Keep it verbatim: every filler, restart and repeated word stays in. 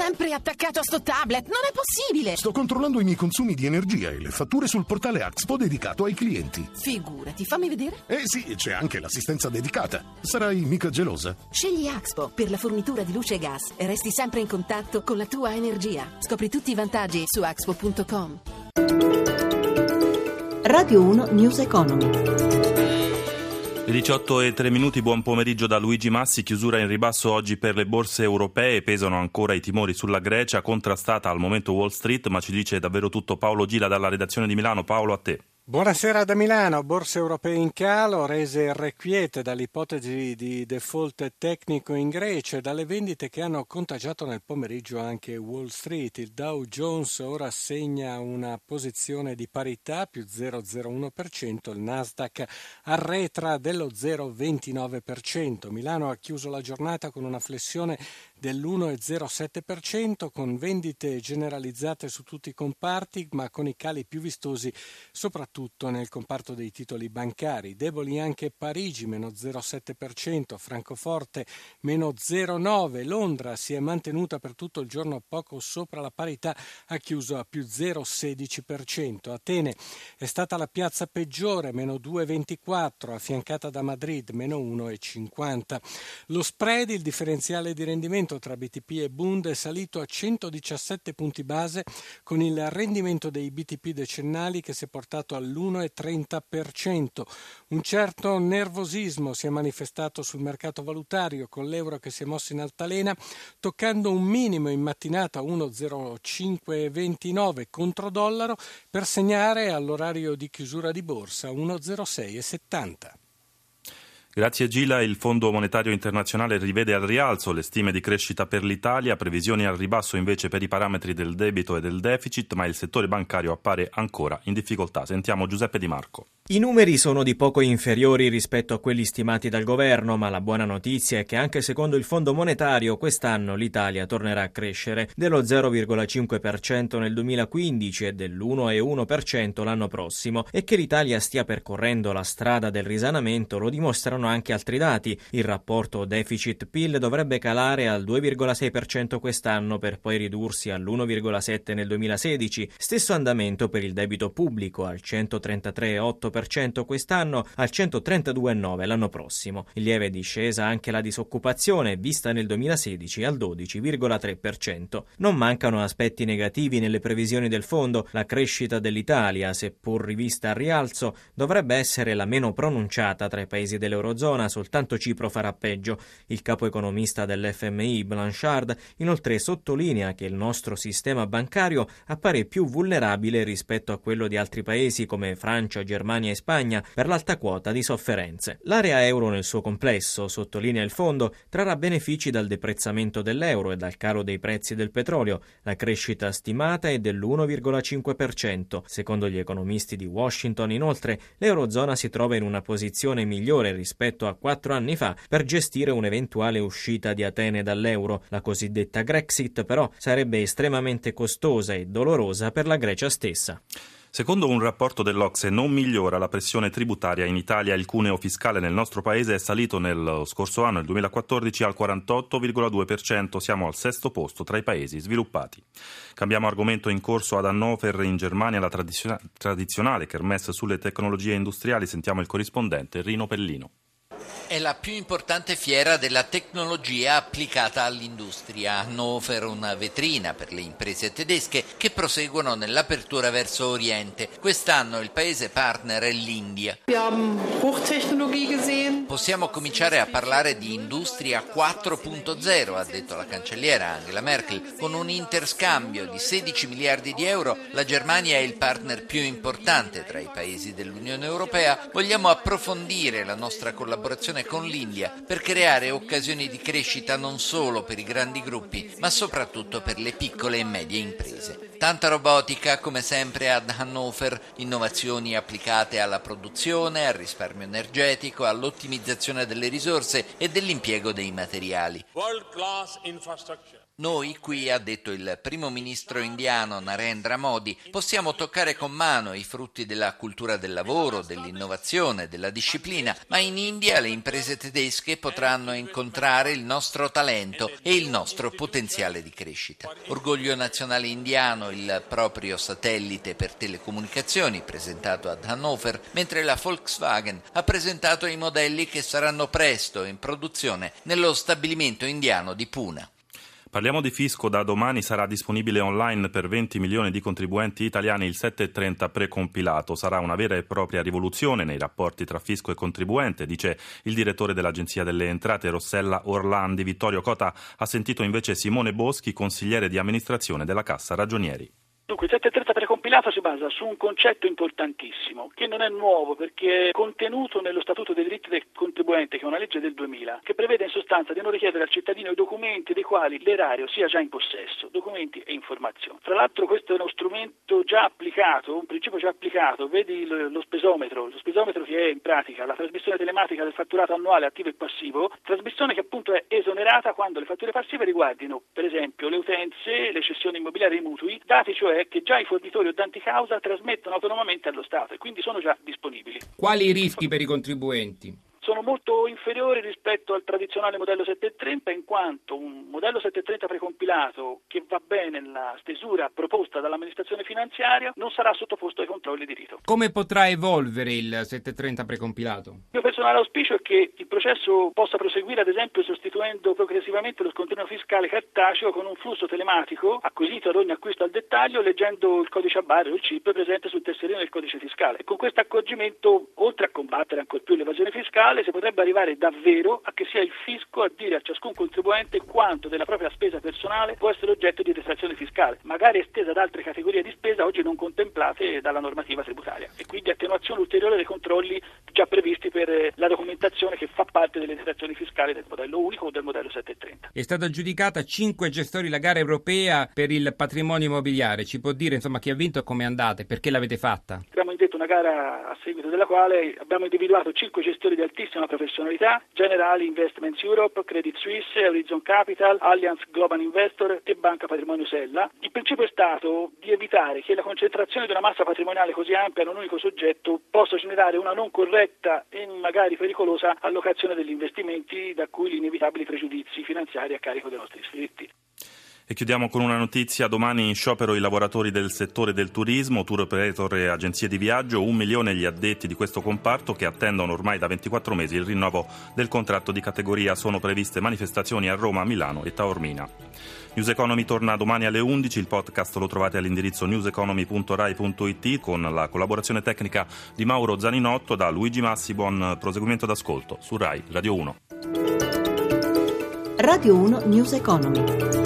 sempre attaccato a sto tablet, non è possibile! Sto controllando i miei consumi di energia e le fatture sul portale Axpo dedicato ai clienti. Figurati, fammi vedere. Eh sì, c'è anche l'assistenza dedicata. Sarai mica gelosa? Scegli Axpo per la fornitura di luce e gas e resti sempre in contatto con la tua energia. Scopri tutti i vantaggi su axpo punto com. Radio uno News Economy. Le diciotto e tre minuti, buon pomeriggio da Luigi Massi. Chiusura in ribasso oggi per le borse europee, pesano ancora i timori sulla Grecia, contrastata al momento Wall Street, ma ci dice davvero tutto Paolo Gila dalla redazione di Milano. Paolo, a te. Buonasera da Milano. Borse europee in calo, rese irrequiete dall'ipotesi di default tecnico in Grecia e dalle vendite che hanno contagiato nel pomeriggio anche Wall Street. Il Dow Jones ora segna una posizione di parità, più zero virgola zero uno per cento, il Nasdaq arretra dello zero virgola ventinove per cento. Milano ha chiuso la giornata con una flessione dell'uno virgola zero sette per cento, con vendite generalizzate su tutti i comparti, ma con i cali più vistosi soprattutto nel comparto dei titoli bancari. Deboli anche Parigi, meno zero virgola sette per cento, Francoforte meno zero virgola nove per cento, Londra si è mantenuta per tutto il giorno poco sopra la parità, ha chiuso a più zero virgola sedici per cento. Atene è stata la piazza peggiore, meno due virgola ventiquattro, affiancata da Madrid, meno uno virgola cinquanta. Lo spread, il differenziale di rendimento tra B T P e Bund, è salito a centodiciassette punti base, con il rendimento dei B T P decennali che si è portato all'uno virgola trenta per cento. Un certo nervosismo si è manifestato sul mercato valutario, con l'euro che si è mosso in altalena, toccando un minimo in mattinata uno virgola zero cinque ventinove contro dollaro, per segnare all'orario di chiusura di borsa uno virgola zero sei settanta. Grazie Gila. Il Fondo Monetario Internazionale rivede al rialzo le stime di crescita per l'Italia, previsioni al ribasso invece per i parametri del debito e del deficit, ma il settore bancario appare ancora in difficoltà. Sentiamo Giuseppe Di Marco. I numeri sono di poco inferiori rispetto a quelli stimati dal governo, ma la buona notizia è che anche secondo il Fondo Monetario quest'anno l'Italia tornerà a crescere dello zero virgola cinque per cento nel duemilaquindici e dell'uno virgola uno per cento l'anno prossimo, e che l'Italia stia percorrendo la strada del risanamento lo dimostrano anche altri dati. Il rapporto deficit-P I L dovrebbe calare al due virgola sei per cento quest'anno per poi ridursi all'uno virgola sette per cento nel duemilasedici. Stesso andamento per il debito pubblico, al centotrentatré virgola otto per cento quest'anno, al centotrentadue virgola nove per cento l'anno prossimo. In lieve discesa anche la disoccupazione, vista nel duemilasedici al dodici virgola tre per cento. Non mancano aspetti negativi nelle previsioni del fondo. La crescita dell'Italia, seppur rivista al rialzo, dovrebbe essere la meno pronunciata tra i paesi dell'Eurozona, soltanto Cipro farà peggio. Il capo economista dell'F M I, Blanchard, inoltre sottolinea che il nostro sistema bancario appare più vulnerabile rispetto a quello di altri paesi come Francia, Germania e Spagna per l'alta quota di sofferenze. L'area euro nel suo complesso, sottolinea il fondo, trarrà benefici dal deprezzamento dell'euro e dal calo dei prezzi del petrolio. La crescita stimata è dell'uno virgola cinque per cento. Secondo gli economisti di Washington, inoltre, l'Eurozona si trova in una posizione migliore rispetto a quattro anni fa per gestire un'eventuale uscita di Atene dall'euro. La cosiddetta Grexit, però, sarebbe estremamente costosa e dolorosa per la Grecia stessa. Secondo un rapporto dell'Ocse non migliora la pressione tributaria in Italia. Il cuneo fiscale nel nostro paese è salito nel scorso anno, il duemilaquattordici, al quarantotto virgola due per cento. Siamo al sesto posto tra i paesi sviluppati. Cambiamo argomento. In corso ad Hannover, in Germania, la tradizio- tradizionale kermesse sulle tecnologie industriali. Sentiamo il corrispondente Rino Pellino. È la più importante fiera della tecnologia applicata all'industria. Hannover, una vetrina per le imprese tedesche che proseguono nell'apertura verso Oriente. Quest'anno il paese partner è l'India. Possiamo cominciare a parlare di industria quattro punto zero, ha detto la cancelliera Angela Merkel. Con un interscambio di sedici miliardi di euro, la Germania è il partner più importante tra i paesi dell'Unione Europea. Vogliamo approfondire la nostra collaborazione con l'India per creare occasioni di crescita non solo per i grandi gruppi, ma soprattutto per le piccole e medie imprese. Tanta robotica come sempre ad Hannover, innovazioni applicate alla produzione, al risparmio energetico, all'ottimizzazione delle risorse e dell'impiego dei materiali. Noi qui, ha detto il primo ministro indiano Narendra Modi, possiamo toccare con mano i frutti della cultura del lavoro, dell'innovazione, della disciplina, ma in India le imprese tedesche potranno incontrare il nostro talento e il nostro potenziale di crescita. Orgoglio nazionale indiano, il proprio satellite per telecomunicazioni presentato ad Hannover, mentre la Volkswagen ha presentato i modelli che saranno presto in produzione nello stabilimento indiano di Pune. Parliamo di fisco. Da domani sarà disponibile online per venti milioni di contribuenti italiani il settecentotrenta precompilato. Sarà una vera e propria rivoluzione nei rapporti tra fisco e contribuente, dice il direttore dell'Agenzia delle Entrate Rossella Orlandi. Vittorio Cota ha sentito invece Simone Boschi, consigliere di amministrazione della Cassa Ragionieri. Dunque, il settecentotrenta precompilato si basa su un concetto importantissimo, che non è nuovo perché è contenuto nello Statuto dei diritti del contribuente, che è una legge del duemila, che prevede in sostanza di non richiedere al cittadino i documenti dei quali l'erario sia già in possesso, documenti e informazioni. Tra l'altro questo è uno strumento già applicato, un principio già applicato, vedi lo spesometro, lo spesometro che è in pratica la trasmissione telematica del fatturato annuale attivo e passivo, trasmissione che appunto è esonerata quando le fatture passive riguardino per esempio le utenze, le cessioni immobiliari e i mutui, dati cioè che già i fornitori o danti causa trasmettono autonomamente allo Stato e quindi sono già disponibili. Quali i rischi per i contribuenti? Sono molto inferiori rispetto al tradizionale modello settecentotrenta, in quanto un modello settecentotrenta precompilato che va bene nella stesura proposta dall'amministrazione finanziaria non sarà sottoposto ai controlli di rito. Come potrà evolvere il settecentotrenta precompilato? Il mio personale auspicio è che il processo possa proseguire ad esempio sostituendo progressivamente lo scontrino fiscale cartaceo con un flusso telematico acquisito ad ogni acquisto al dettaglio leggendo il codice a barre o il chip presente sul tesserino del codice fiscale. E con questo accorgimento, oltre a combattere ancor più l'evasione fiscale, si potrebbe arrivare davvero a che sia il fisco a dire a ciascun contribuente quanto della propria spesa personale può essere oggetto di detrazione fiscale, magari estesa ad altre categorie di spesa oggi non contemplate dalla normativa tributaria, e quindi attenuazione ulteriore dei controlli già previsti per la documentazione che fa parte delle detrazioni fiscali del modello unico o del modello settecentotrenta. È stata aggiudicata a cinque gestori la gara europea per il patrimonio immobiliare. Ci può dire insomma chi ha vinto e come è andata e perché l'avete fatta? Abbiamo indetto una gara a seguito della quale abbiamo individuato cinque gestori di altissima professionalità: Generali Investments Europe, Credit Suisse, Horizon Capital, Allianz Global Investor e Banca Patrimonio Sella. Il principio è stato di evitare che la concentrazione di una massa patrimoniale così ampia in un unico soggetto possa generare una non corretta e magari pericolosa allocazione degli investimenti, da cui gli inevitabili pregiudizi finanziari a carico dei nostri iscritti. E chiudiamo con una notizia. Domani in sciopero i lavoratori del settore del turismo, tour operator e agenzie di viaggio, un milione gli addetti di questo comparto che attendono ormai da ventiquattro mesi il rinnovo del contratto di categoria. Sono previste manifestazioni a Roma, Milano e Taormina. News Economy torna domani alle undici, il podcast lo trovate all'indirizzo newseconomy punto rai punto it con la collaborazione tecnica di Mauro Zaninotto. Da Luigi Massi, buon proseguimento d'ascolto su Rai Radio uno. Radio uno News Economy.